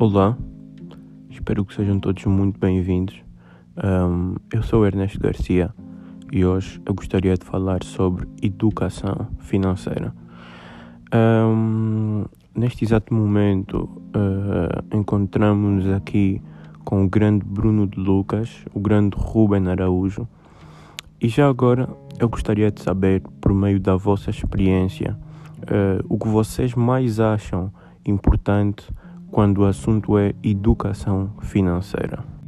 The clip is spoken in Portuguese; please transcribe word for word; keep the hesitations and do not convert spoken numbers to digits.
Olá, espero que sejam todos muito bem-vindos. Um, eu sou Ernesto Garcia e hoje eu gostaria de falar sobre educação financeira. Um, neste exato momento, uh, encontramos-nos aqui com o grande Bruno de Lucas, o grande Ruben Araújo. E já agora eu gostaria de saber, por meio da vossa experiência, uh, o que vocês mais acham importante quando o assunto é educação financeira.